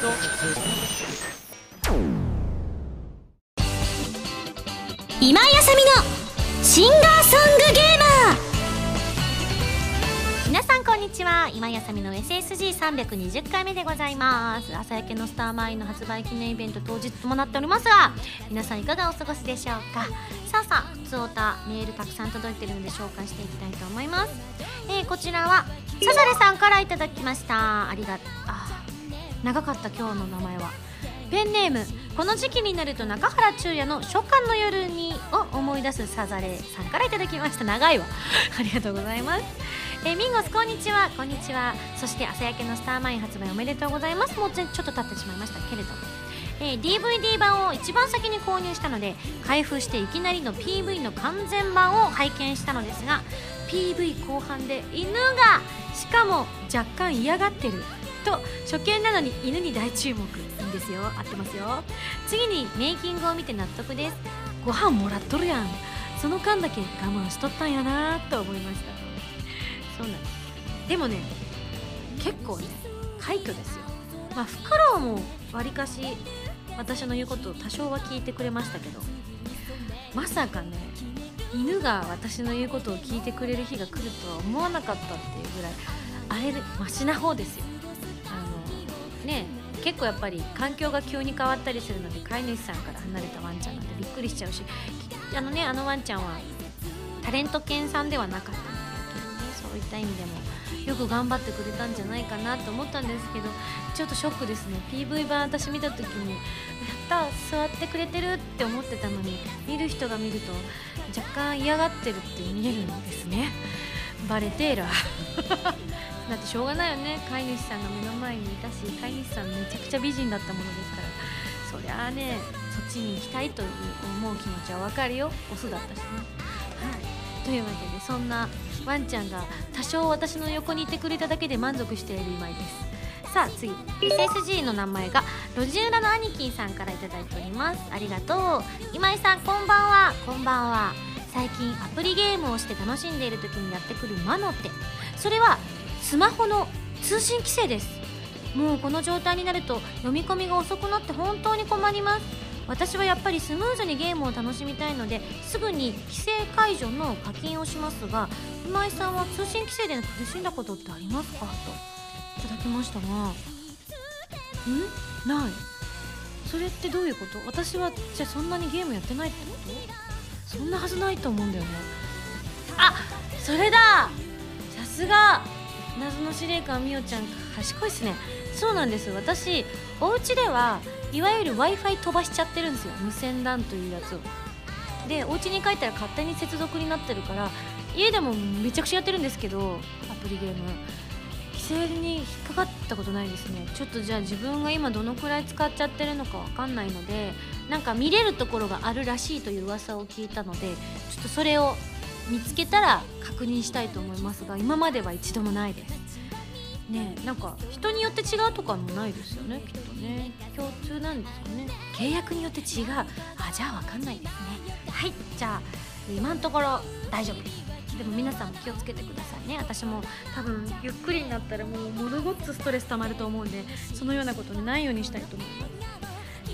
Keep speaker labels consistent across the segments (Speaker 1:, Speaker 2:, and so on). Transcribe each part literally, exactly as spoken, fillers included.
Speaker 1: と。
Speaker 2: 今井あさみのシンガーソングゲーマー。皆さんこんにちは。今井あさみの エスエスジーさんびゃくにじゅっかいめでございます。朝焼けのスターマインの発売記念イベント当日ともなっておりますが、皆さんいかがお過ごしでしょうか。さあさあ、普通おたメールたくさん届いてるので紹介していきたいと思います。えー、こちらはサザレさんからいただきました。ありがあ長かった今日の名前は。ペンネーム、この時期になると中原中也の初夏の夜にを思い出すサザレさんからいただきました。長いわありがとうございます。えー、ミンゴスこんにちは。こんにちは。そして朝焼けのスターマイン発売おめでとうございます。もうちょっと経ってしまいましたけれども、えー、ディーブイディー 版を一番先に購入したので開封していきなりの ピーブイ の完全版を拝見したのですが、 ピーブイ 後半で犬がしかも若干嫌がってると初見なのに犬に大注目。いいんですよ、合ってますよ。次にメイキングを見て納得です。ご飯もらっとるやん、その間だけ我慢しとったんやなと思いました。そうなんです。でもね、結構ね快挙ですよ。まあフクロウもわりかし私の言うことを多少は聞いてくれましたけど、まさかね犬が私の言うことを聞いてくれる日が来るとは思わなかったっていうぐらい、あれマシな方ですよ。あのね結構やっぱり環境が急に変わったりするので、飼い主さんから離れたワンちゃんなんてびっくりしちゃうし、あのねあのワンちゃんはタレント犬さんではなかったんだけどね、そういった意味でもよく頑張ってくれたんじゃないかなと思ったんですけど、ちょっとショックですね。 ピーブイ 版私見た時にやった座ってくれてるって思ってたのに、見る人が見ると若干嫌がってるって見えるんですね。バレてーらだってしょうがないよね、飼い主さんが目の前にいたし、飼い主さんめちゃくちゃ美人だったものですから、そりゃあねそっちに行きたいという思う気持ちはわかるよ。オスだったしね。はい、というわけでそんなワンちゃんが多少私の横にいてくれただけで満足している今井です。さあ次、 エスエスジー の名前が路地裏の兄貴さんからいただいております。ありがとう。今井さんこんばんは。こんばんは。最近アプリゲームをして楽しんでいる時にやってくる魔の手、それはスマホの通信規制です。もうこの状態になると読み込みが遅くなって本当に困ります。私はやっぱりスムーズにゲームを楽しみたいのですぐに規制解除の課金をしますが、今井さんは通信規制で苦しんだことってありますかといただきましたが、んない。それってどういうこと？私はじゃあそんなにゲームやってないってこと？そんなはずないと思うんだよね。あ、それだ、さすが謎の司令官みおちゃん賢いっすね。そうなんです。私お家ではいわゆる Wi-Fi 飛ばしちゃってるんですよ、無線 ラン というやつを。でお家に帰ったら勝手に接続になってるから家でもめちゃくちゃやってるんですけど、アプリゲーム規制に引っかかったことないですね。ちょっとじゃあ自分が今どのくらい使っちゃってるのかわかんないので、なんか見れるところがあるらしいという噂を聞いたので、ちょっとそれを見つけたら確認したいと思いますが、今までは一度もないですね。えなんか人によって違うとかもないですよね、きっとね。共通なんですかね。契約によって違う。あ、じゃあわかんないですね。はい、じゃあ今のところ大丈夫です。でも皆さんも気をつけてくださいね。私も多分ゆっくりになったらもうものごっつストレス溜まると思うんで、そのようなことにないようにしたいと思います。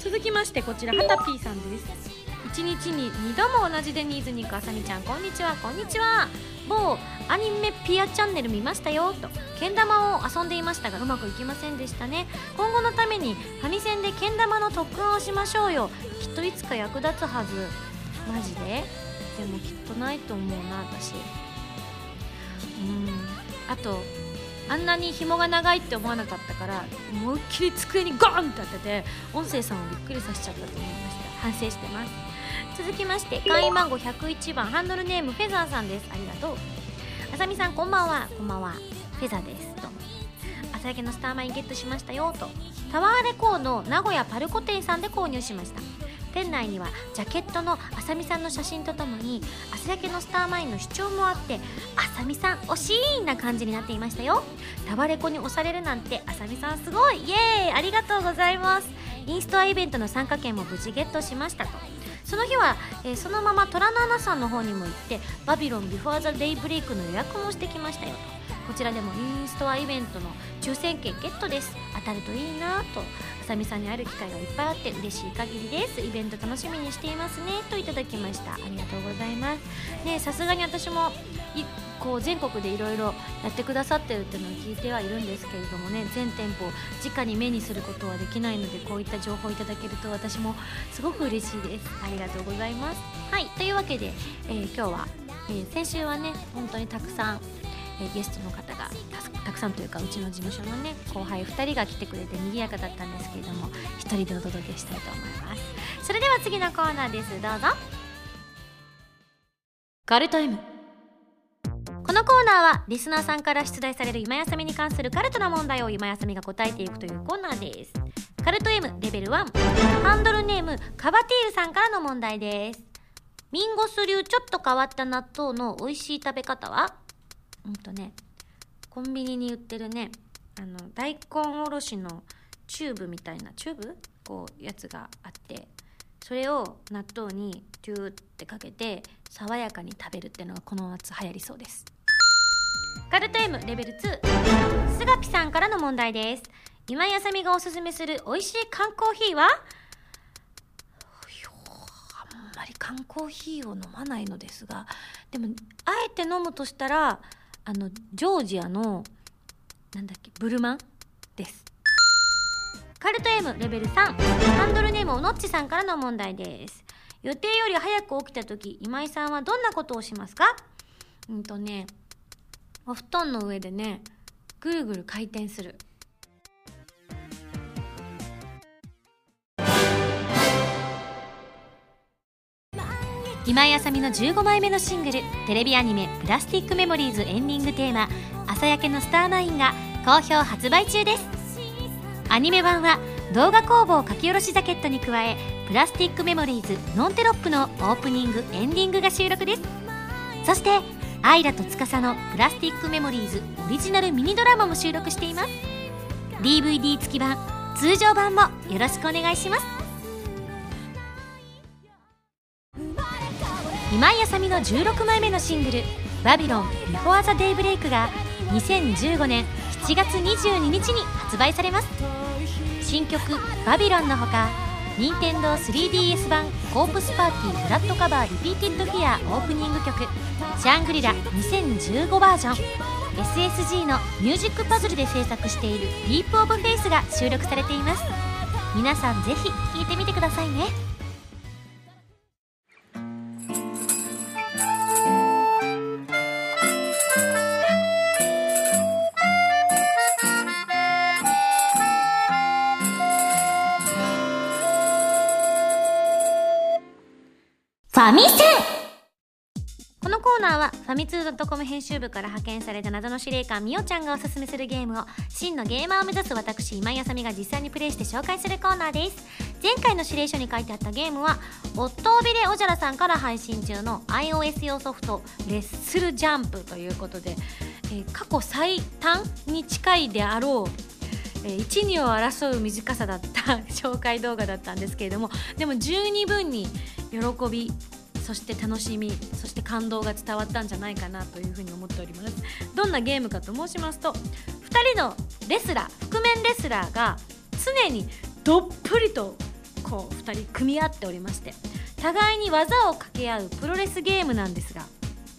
Speaker 2: 続きましてこちらはたぴーさんです。いちにちににども同じデニーズに行くあさみちゃん、こんにちは。こんにちは。某アニメピアチャンネル見ましたよと、けん玉を遊んでいましたがうまくいきませんでしたね。今後のためにファミセンでけん玉の特訓をしましょうよ。きっといつか役立つはず。マジで？でもきっとないと思うな私。うんあとあんなに紐が長いって思わなかったから思いっきり机にゴンって当てて音声さんをびっくりさせちゃったと思いました。反省してます。続きまして会員番号ひゃくいちばんハンドルネームフェザーさんです。ありがとう。あさみさんこんばんは。こんばんは。フェザーですと。朝焼けのスターマインゲットしましたよと。タワーレコーの名古屋パルコ店さんで購入しました。店内にはジャケットのあさみさんの写真とともに朝焼けのスターマインの主張もあってあさみさん推しーな感じになっていましたよ。タワレコに押されるなんてあさみさんすごいイエーイありがとうございます。インストアイベントの参加券も無事ゲットしましたと。その日は、えー、そのまま虎の穴さんの方にも行ってバビロンビフォーザデイブレイクの予約もしてきましたよと。 こちらでもインストアイベントの抽選券ゲットです。当たるといいなと、あさみさんに会える機会がいっぱいあって嬉しい限りです。イベント楽しみにしていますねといただきました。ありがとうございますね。さすがに私もこう全国でいろいろやってくださってるっていうのを聞いてはいるんですけれどもね、全店舗直に目にすることはできないので、こういった情報いただけると私もすごく嬉しいです。ありがとうございます。はい、というわけで、えー、今日は、えー、先週はね本当にたくさん、えー、ゲストの方がた, たくさんというか、うちの事務所のね後輩ふたりが来てくれて賑やかだったんですけれども、ひとりでお届けしたいと思います。それでは次のコーナーです。どうぞ。カルト M。このコーナーはリスナーさんから出題される今やさみに関するカルトな問題を今やさみが答えていくというコーナーです。カルト M レベルワン、ハンドルネームカバティールさんからの問題です。ミンゴス流ちょっと変わった納豆の美味しい食べ方は、うんとねコンビニに売ってるね、あの大根おろしのチューブみたいなチューブこうやつがあって、それを納豆にチューってかけて爽やかに食べるっていうのがこの夏流行りそうです。カルト M レベルツー、スガピさんからの問題です。今井あさみがおすすめする美味しい缶コーヒーは？あんまり缶コーヒーを飲まないのですが、でもあえて飲むとしたらあのジョージアのなんだっけブルマンです。カルト M レベルさん、ハンドルネームおのっちさんからの問題です。予定より早く起きたとき、今井さんはどんなことをしますか？うんとねお布団の上でねぐるぐる回転する。今井あさみのじゅうごまいめのシングル、テレビアニメプラスティックメモリーズエンディングテーマ朝焼けのスターマインが好評発売中です。アニメ版は動画工房書き下ろしジャケットに加え、プラスティックメモリーズノンテロップのオープニングエンディングが収録です。そしてアイラと司のプラスティックメモリーズオリジナルミニドラマも収録しています。 ディーブイディー 付き版、通常版もよろしくお願いします。今井あさみのじゅうろくまいめのシングルバビロンビフォーザデイブレイクがにせんじゅうごねんしちがつにじゅうににちに発売されます。新曲バビロンのほか、任天堂 スリーディーエス 版コープスパーティーフラットカバーリピーティッドフィアオープニング曲シャングリラにせんじゅうごバージョン、 エスエスジー のミュージックパズルで制作しているディープオブフェイスが収録されています。皆さんぜひ聴いてみてくださいね。ファミセン。このコーナーはファミツー .com 編集部から派遣された謎の司令官みおちゃんがおすすめするゲームを真のゲーマーを目指す私今井あさみが実際にプレイして紹介するコーナーです。前回の指令書に書いてあったゲームはオットービレおじゃらさんから配信中の iOS 用ソフトレッスルジャンプということで、えー、過去最短に近いであろういち、にを争う短さだった紹介動画だったんですけれども、でも十二分に喜び、そして楽しみ、そして感動が伝わったんじゃないかなというふうに思っております。どんなゲームかと申しますと、ふたりのレスラー、覆面レスラーが常にどっぷりとこうふたり組み合っておりまして、互いに技を掛け合うプロレスゲームなんですが、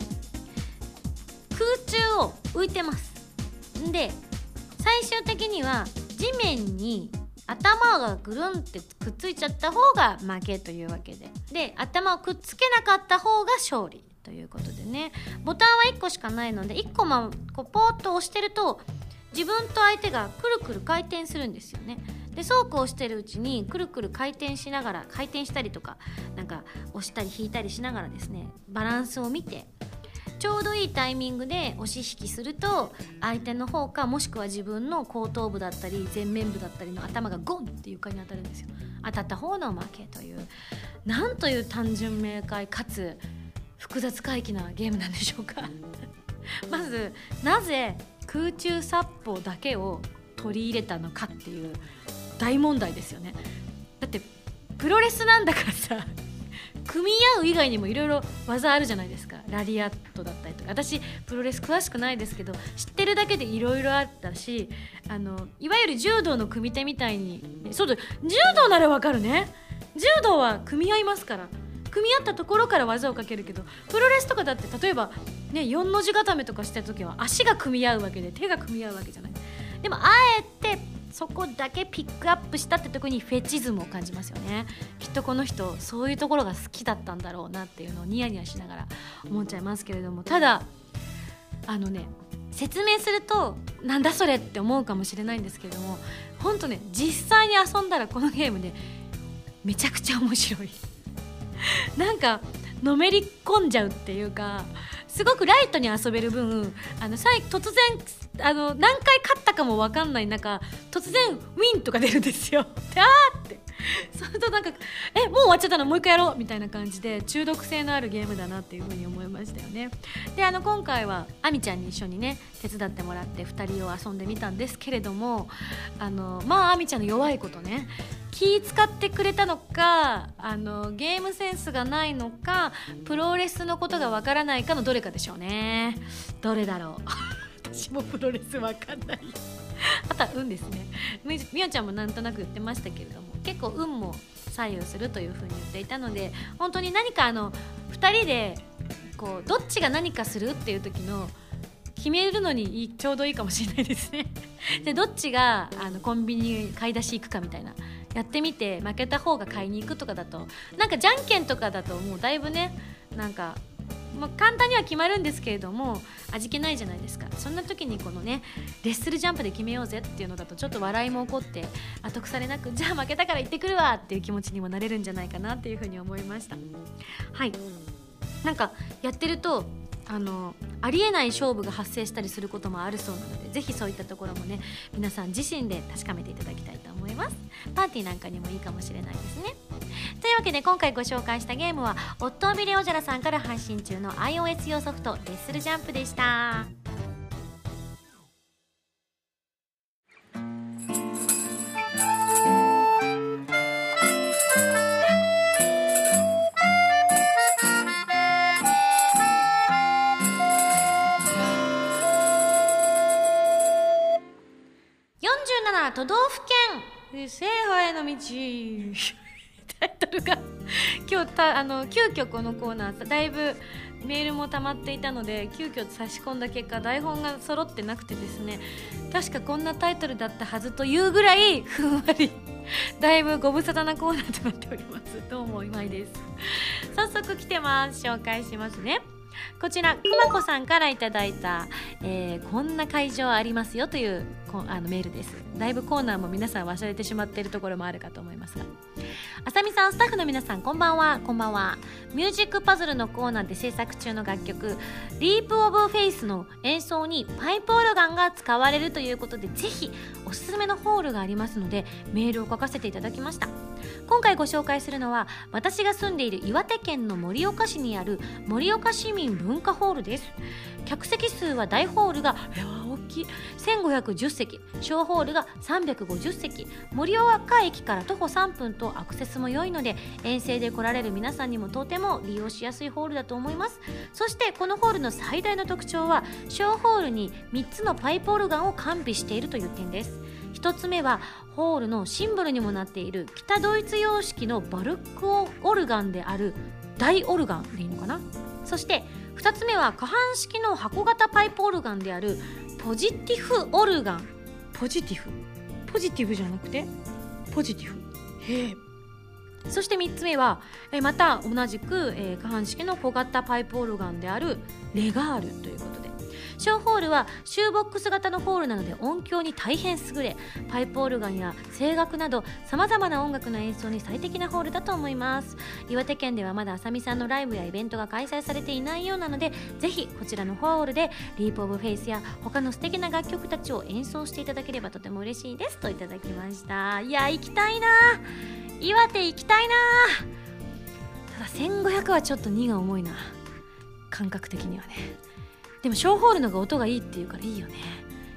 Speaker 2: 空中を浮いてます。で最終的には地面に頭がぐるんってくっついちゃった方が負けというわけで、で頭をくっつけなかった方が勝利ということでね、ボタンはいっこしかないのでいっこまこうポーッと押してると自分と相手がくるくる回転するんですよね。でそうこうしてるうちにくるくる回転しながら、回転したりとかなんか押したり引いたりしながらですね、バランスを見てちょうどいいタイミングで押し引きすると相手の方か、もしくは自分の後頭部だったり前面部だったりの頭がゴンって床に当たるんですよ。当たった方の負けという、なんという単純明快かつ複雑回帰なゲームなんでしょうかまずなぜ空中殺法だけを取り入れたのかっていう大問題ですよね。だってプロレスなんだからさ、 組み合う以外にもいろいろ技あるじゃないですか。ラリアットだったりとか、私プロレス詳しくないですけど知ってるだけでいろいろあったし、あのいわゆる柔道の組手みたいに、そうだ、柔道ならわかるね。柔道は組み合いますから、組み合ったところから技をかけるけど、プロレスとかだって例えばね、よんの字固めとかした時は足が組み合うわけで手が組み合うわけじゃない。でもあえてそこだけピックアップしたってところにフェチズムを感じますよね。きっとこの人そういうところが好きだったんだろうなっていうのをニヤニヤしながら思っちゃいますけれども、ただあのね、説明するとなんだそれって思うかもしれないんですけれども、本当ね、実際に遊んだらこのゲームね、めちゃくちゃ面白いなんかのめり込んじゃうっていうか、すごくライトに遊べる分、あの突然あの何回勝ったかも分かんない中、突然ウィンとか出るんですよ。で、あーってそれとなんかえもう終わっちゃったの、もう一回やろうみたいな感じで中毒性のあるゲームだなっていう風に思いましたよね。で、あの今回はあみちゃんに一緒にね手伝ってもらってふたりを遊んでみたんですけれども、あのまああみちゃんの弱いことね、気使ってくれたのか、あのゲームセンスがないのか、プロレスのことがわからないかのどれかでしょうね。どれだろう私もプロレスわかんないあとは運ですね。みみおちゃんもなんとなく言ってましたけれども、結構運も左右するというふうに言っていたので、本当に何かあのふたりでこうどっちが何かするっていう時の決めるのにいいちょうどいいかもしれないですねで、どっちがあのコンビニ買い出し行くかみたいなやってみて、負けた方が買いに行くとかだと、なんかじゃんけんとかだともうだいぶね、なんかまあ、簡単には決まるんですけれども味気ないじゃないですか。そんな時にこのねレッスルジャンプで決めようぜっていうのだとちょっと笑いも起こって後腐れなく、じゃあ負けたから行ってくるわっていう気持ちにもなれるんじゃないかなっていうふうに思いました。はい、なんかやってるとあのありえない勝負が発生したりすることもあるそうなので、ぜひそういったところもね皆さん自身で確かめていただきたいと思います。パーティーなんかにもいいかもしれないですね。というわけで今回ご紹介したゲームはオットービレオジャラさんから配信中の iOS 用ソフトレッスルジャンプでした。よんじゅうなな都道府県制覇への道タイトルが今日たあの急遽このコーナーだいぶメールも溜まっていたので急遽差し込んだ結果台本が揃ってなくてですね、確かこんなタイトルだったはずというぐらいふんわりだいぶご無沙汰なコーナーとなっております。どうも今井です。早速来てます。紹介しますね。こちらくまこさんからいただいた、えー、こんな会場ありますよというあのメールです。だいぶコーナーも皆さん忘れてしまっているところもあるかと思いますが、あさみさん、スタッフの皆さんこんばんは。こんばんは。ミュージックパズルのコーナーで制作中の楽曲リープオブフェイスの演奏にパイプオルガンが使われるということで、ぜひおすすめのホールがありますのでメールを書かせていただきました。今回ご紹介するのは私が住んでいる岩手県の盛岡市にある盛岡市民文化ホールです。客席数は大ホールが大きいせんごひゃくじゅっせき、小ホールがさんびゃくごじゅっせき、盛岡駅から徒歩さんぷんとアクセスも良いので遠征で来られる皆さんにもとても利用しやすいホールだと思います。そしてこのホールの最大の特徴は小ホールにみっつのパイプオルガンを完備しているという点です。ひとつめはホールのシンボルにもなっている北ドイツ様式のバルクオルガンである大オルガンでいいのかな。そしてふたつめは下半式の箱型パイプオルガンであるポジティフオルガン。ポジティフポジティブじゃなくてポジティフ。へえ。そしてみっつめはえまた同じく、えー、下半式の小型パイプオルガンであるレガールということで、小ホールはシューボックス型のホールなので音響に大変優れ、パイプオルガンや声楽などさまざまな音楽の演奏に最適なホールだと思います。岩手県ではまだあさみさんのライブやイベントが開催されていないようなので、ぜひこちらのホールでリープオブフェイスや他の素敵な楽曲たちを演奏していただければとても嬉しいですといただきました。いや行きたいな、岩手行きたいな。ただせんごひゃくはちょっとにが重いな、感覚的にはね。でも小ホールのが音がいいっていうからいいよね。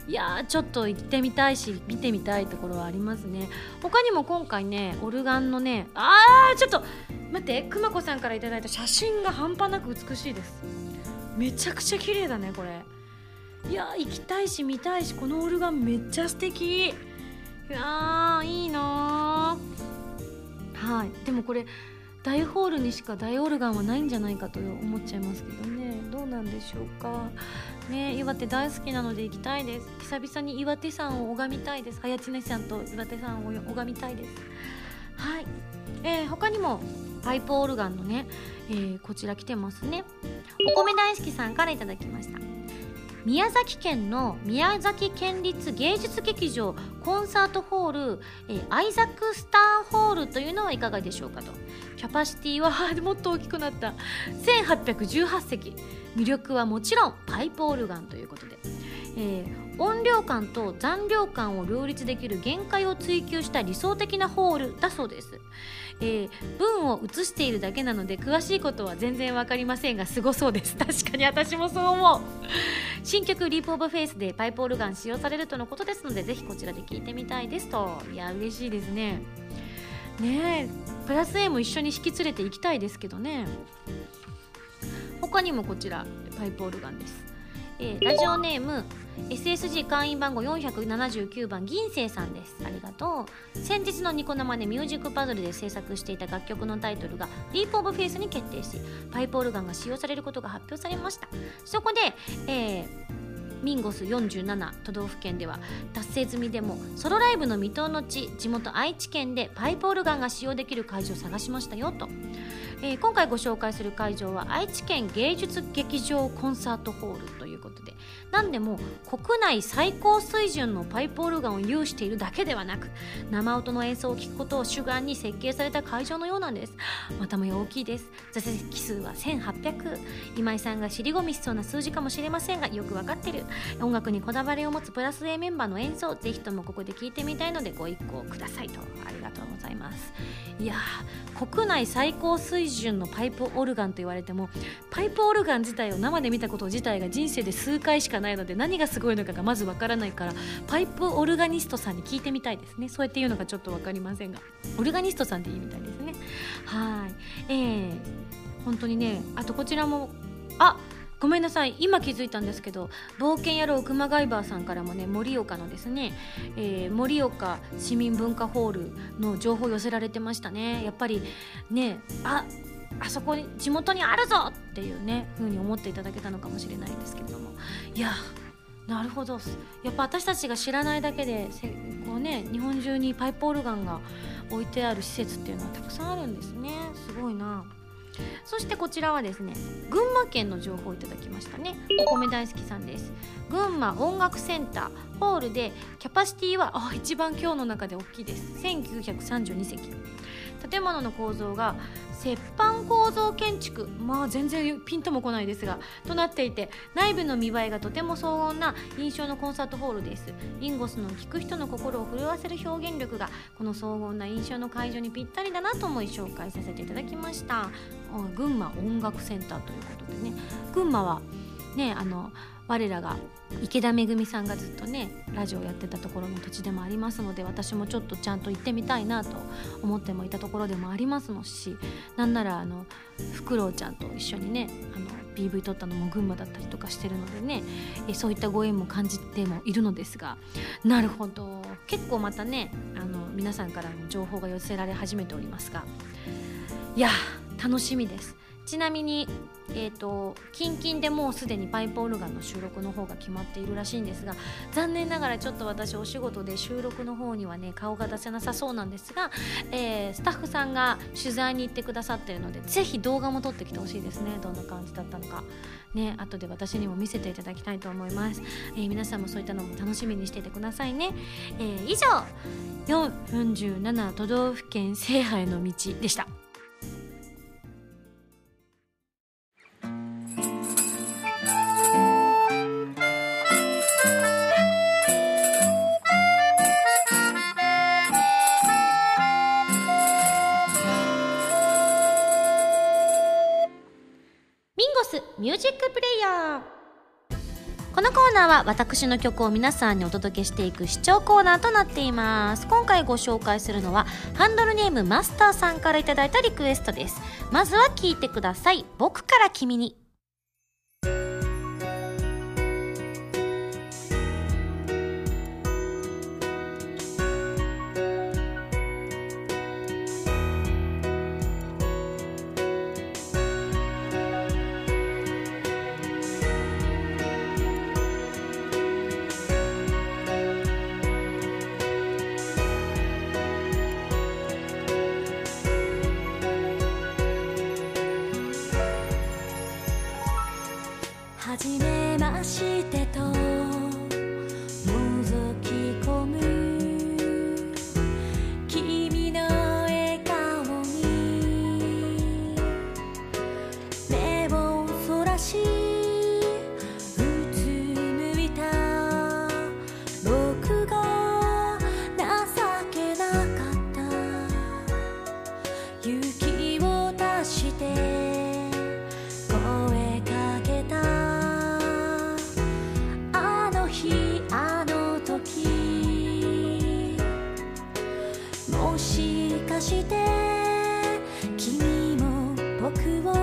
Speaker 2: いやーちょっと行ってみたいし見てみたいところはありますね。他にも今回ねオルガンのねあーちょっと待って、くまこさんからいただいた写真が半端なく美しいです。めちゃくちゃ綺麗だねこれ。いやー行きたいし見たいし、このオルガンめっちゃ素敵。いやーいいなー。はい、でもこれ大ホールにしか大オルガンはないんじゃないかと思っちゃいますけどね。どうなんでしょうかね。岩手大好きなので行きたいです。久々に岩手山を拝みたいです。早知根さんと岩手山を拝みたいです。はい、えー、他にもパイプオルガンのね、えー、こちら来てますね。お米大好きさんからいただきました。宮崎県の宮崎県立芸術劇場コンサートホール、えー、アイザックスターホールというのはいかがでしょうかと。キャパシティはもっと大きくなったせんはっぴゃくじゅうはち席。魅力はもちろんパイプオルガンということで、えー、音量感と残量感を両立できる限界を追求した理想的なホールだそうです。えー、文を映しているだけなので詳しいことは全然わかりませんがすごそうです。確かに私もそう思う。新曲リープオブフェイスでパイプオルガン使用されるとのことですので、ぜひこちらで聴いてみたいですと。いや嬉しいですね。ねえプラス A も一緒に引き連れて行きたいですけどね。他にもこちらパイプオルガンです。えー、ラジオネーム エスエスジー 会員番号よんひゃくななじゅうきゅうばん銀星さんです。ありがとう。先日のニコ生でミュージックパズルで制作していた楽曲のタイトルがリープオブフェイスに決定し、パイプオルガンが使用されることが発表されました。そこで、えーミンゴスよんじゅうなな都道府県では達成済みでもソロライブの未踏の地、地元愛知県でパイプオルガンが使用できる会場を探しましたよと。えー、今回ご紹介する会場は愛知県芸術劇場コンサートホールということで、何でも国内最高水準のパイプオルガンを有しているだけではなく、生音の演奏を聴くことを主眼に設計された会場のようなんです。またもや大きいです。座席数はせんはっぴゃく。今井さんが尻込みしそうな数字かもしれませんが、よくわかってる。音楽にこだわりを持つプラス A メンバーの演奏、ぜひともここで聴いてみたいのでご一行くださいと。ありがとうございます。いやー国内最高水準のパイプオルガンと言われても、パイプオルガン自体を生で見たこと自体が人生で数回しかないので、何がすごいのかがまずわからないから、パイプオルガニストさんに聞いてみたいですね。そうやって言うのかちょっとわかりませんが、オルガニストさんでいいみたいですね。はい、えー、本当にね。あとこちらもあごめんなさい、今気づいたんですけど、冒険野郎熊ガイバーさんからもね、盛岡のですね、えー、盛岡市民文化ホールの情報寄せられてましたね。やっぱりね、ああそこに地元にあるぞっていうね風に思っていただけたのかもしれないですけれども、いやなるほど、やっぱ私たちが知らないだけでこうね、日本中にパイプオルガンが置いてある施設っていうのはたくさんあるんですね。すごいな。そしてこちらはですね、群馬県の情報をいただきましたね。お米大好きさんです。群馬音楽センターホールでキャパシティはあ一番今日の中で大きいです。せんきゅうひゃくさんじゅうに席。建物の構造が折半構造建築、まあ全然ピンともこないですがとなっていて、内部の見栄えがとても荘厳な印象のコンサートホールです。インゴスの聴く人の心を震わせる表現力がこの荘厳な印象の会場にぴったりだなと思い紹介させていただきました。群馬音楽センターということでね、群馬はね、あの我らが池田めぐみさんがずっとねラジオやってたところの土地でもありますので、私もちょっとちゃんと行ってみたいなと思ってもいたところでもありますのし、なんならあのフクロウちゃんと一緒にねあの ピーブイ 撮ったのも群馬だったりとかしてるのでね、えそういったご縁も感じてもいるのですが、なるほど、結構またねあの皆さんからの情報が寄せられ始めておりますが、いや楽しみです。ちなみに、えーと、近々でもうすでにパイプオルガンの収録の方が決まっているらしいんですが、残念ながらちょっと私お仕事で収録の方にはね顔が出せなさそうなんですが、えー、スタッフさんが取材に行ってくださっているので、ぜひ動画も撮ってきてほしいですね。どんな感じだったのかね、後で私にも見せていただきたいと思います。えー、皆さんもそういったのも楽しみにしていてくださいね。えー、以上よんじゅうなな都道府県制覇への道でした。ミュージックプレイヤー。 このコーナーは私の曲を皆さんにお届けしていく視聴コーナーとなっています。今回ご紹介するのはハンドルネームマスターさんからいただいたリクエストです。まずは聞いてください。僕から君に。
Speaker 1: はじめましてと覗き込む君の笑顔に目をそらしうつむいた僕が情けなかった勇気を出してもしかして君も僕を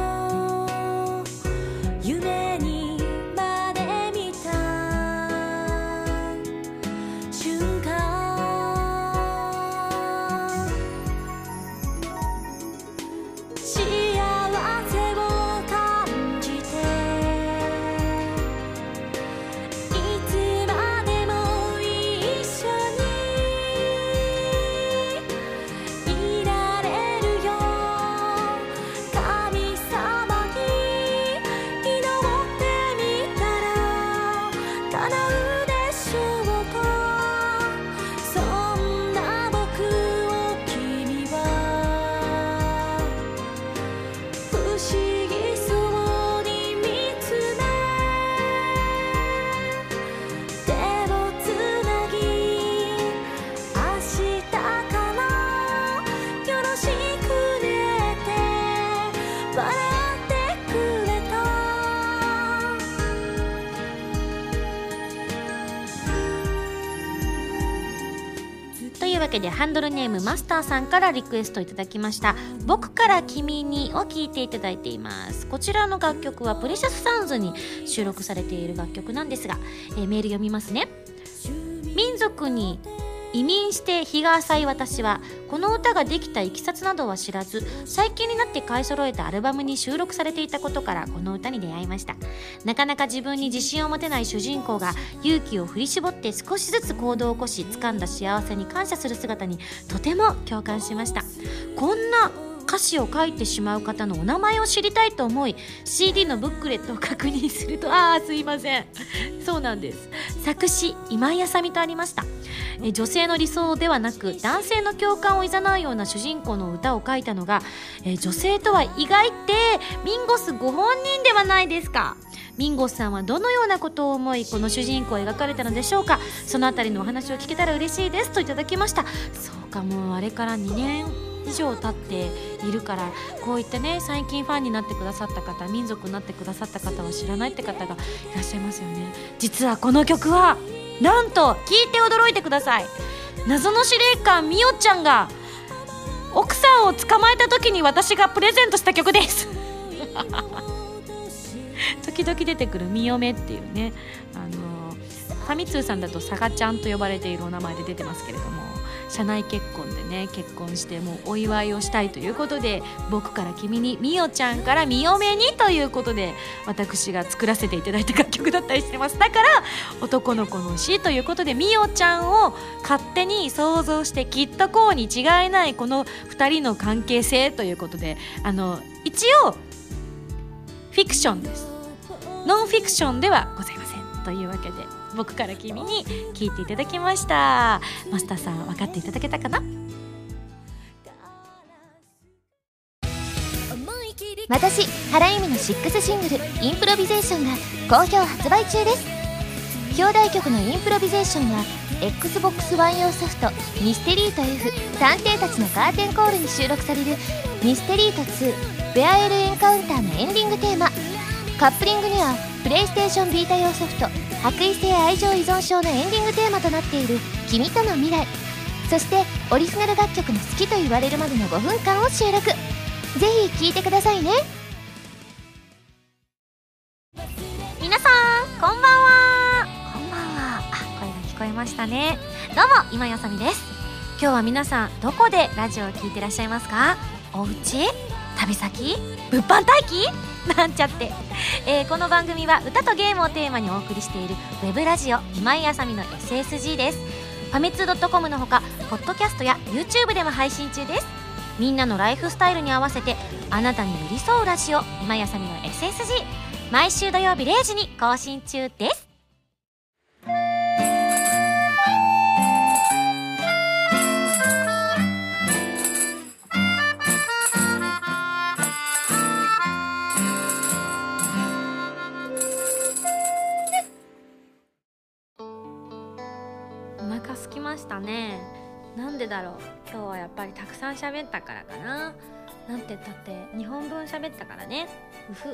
Speaker 1: 夢にまで見た瞬間幸せを感じていつまでも一緒に
Speaker 2: というわけでハンドルネームマスターさんからリクエストいただきました僕から君にを聴いていただいています。こちらの楽曲はプレシャスサウンズに収録されている楽曲なんですが、えー、メール読みますね。民族に移民して日が浅い私はこの歌ができたいきさつなどは知らず、最近になって買い揃えたアルバムに収録されていたことからこの歌に出会いました。なかなか自分に自信を持てない主人公が勇気を振り絞って少しずつ行動を起こし掴んだ幸せに感謝する姿にとても共感しました。こんな歌詞を書いてしまう方のお名前を知りたいと思い シーディー のブックレットを確認すると、あーすいませんそうなんです。作詞今井あさみとありました。え女性の理想ではなく男性の共感を誘うような主人公の歌を書いたのが、え女性とは意外ってミンゴスご本人ではないですか。ミンゴスさんはどのようなことを思いこの主人公を描かれたのでしょうか。そのあたりのお話を聞けたら嬉しいですといただきました。そうか、もうあれからにねん以上経っているから、こういったね最近ファンになってくださった方、民族になってくださった方は知らないって方がいらっしゃいますよね。実はこの曲はなんと聞いて驚いてください。謎の司令官みおちゃんが奥さんを捕まえた時に私がプレゼントした曲です時々出てくるみよめっていうね、あのファミ通さんだとさがちゃんと呼ばれているお名前で出てますけれども、社内結婚でね結婚してもうお祝いをしたいということで、僕から君に、みおちゃんからみよめにということで私が作らせていただいた楽曲だったりしてます。だから男の子の詩ということでみおちゃんを勝手に想像して、きっとこうに違いないこのふたりの関係性ということで、あの一応フィクションです。ノンフィクションではございませんというわけで、僕から君に聞いていただきました。マスターさん分かっていただけたかな。
Speaker 1: 私原由美のシックスシングルインプロビゼーションが好評発売中です。表題曲のインプロビゼーションは エックスボックスワン 用ソフトミステリート F 探偵たちのカーテンコールに収録されるミステリートツーベアエルエンカウンターのエンディングテーマ。カップリングにはプレイステーションビータ用ソフト白衣性愛情依存症のエンディングテーマとなっている「君との未来」、そしてオリジナル楽曲の「好き」と言われるまでのごふんかんを収録。ぜひ聴いてくださいね。
Speaker 2: 皆さんこんばんは。こんばんは。あ、声が聞こえましたね。どうも今やさみです。今日は皆さんどこでラジオを聞いてらっしゃいますか？お家？旅先？物販待機？なんちゃって、えー、この番組は歌とゲームをテーマにお送りしているウェブラジオ今井あさみの エスエスジー です。ファミツー .com のほかポッドキャストや YouTube でも配信中です。みんなのライフスタイルに合わせてあなたに寄り添うラジオ今井あさみの エスエスジー、 毎週土曜日れいじに更新中です。お腹空きましたね。なんでだろう。今日はやっぱりたくさん喋ったからかな。なんて言ったってにほんぶん喋ったからね。うふ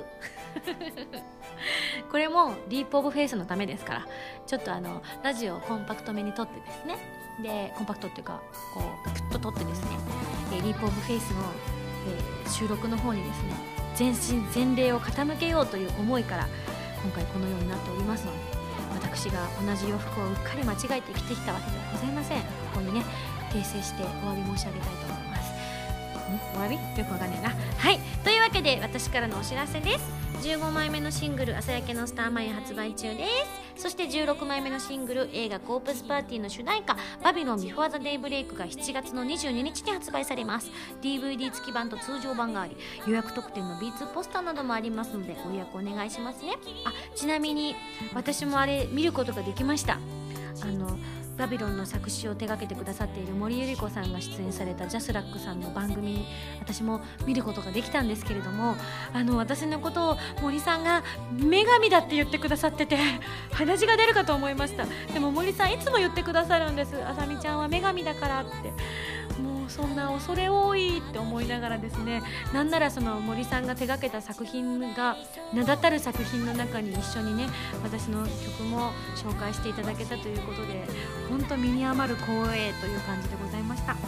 Speaker 2: これもディープオブフェイスのためですから、ちょっとあのラジオをコンパクトめに撮ってですね、でコンパクトっていうかこうピュッと撮ってですね、えー、ディープオブフェイスの、えー、収録の方にですね全身全霊を傾けようという思いから今回このようになっておりますので、私が同じ洋服をうっかり間違えて着てきたわけではございません。ここにね訂正してお詫び申し上げたいと思います。んお詫びよくわかんないな。はい、というわけで私からのお知らせです。じゅうごまいめのシングル朝焼けのスターマイン発売中です。そしてじゅうろくまいめのシングル映画コープスパーティーの主題歌バビロンビフォーザデイブレイクがしちがつのにじゅうににちに発売されます。 ディーブイディー 付き版と通常版があり、予約特典の ビーツー ポスターなどもありますのでご予約お願いしますね。あ、ちなみに私もあれ見ることができました。あのバビロンの作詞を手掛けてくださっている森ゆり子さんが出演されたジャスラックさんの番組、私も見ることができたんですけれども、あの私のことを森さんが女神だって言ってくださってて鼻血が出るかと思いました。でも森さんいつも言ってくださるんです。あさみちゃんは女神だからって。もうそんな恐れ多いって思いながらですね、なんならその森さんが手掛けた作品が名だたる作品の中に一緒にね私の曲も紹介していただけたということで、本当身に余る光栄という感じでございました。はい、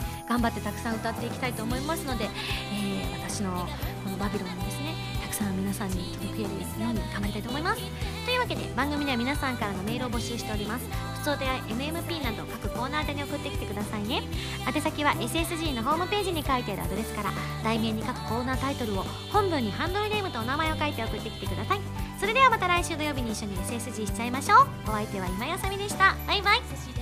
Speaker 2: 頑張ってたくさん歌っていきたいと思いますので、えー、私のこのバビロンもですねたくさん皆さんに届けるように頑張りたいと思います。というわけで番組では皆さんからのメールを募集しております。普通でや エムエムピー など各コーナー宛てに送ってきてくださいね。宛先は エスエスジー のホームページに書いてあるアドレスから題名に各コーナータイトルを本文にハンドルネームとお名前を書いて送ってきてください。それではまた来週土曜日に一緒に エスエスジー しちゃいましょう。お相手は今やさみでした。バイバイ。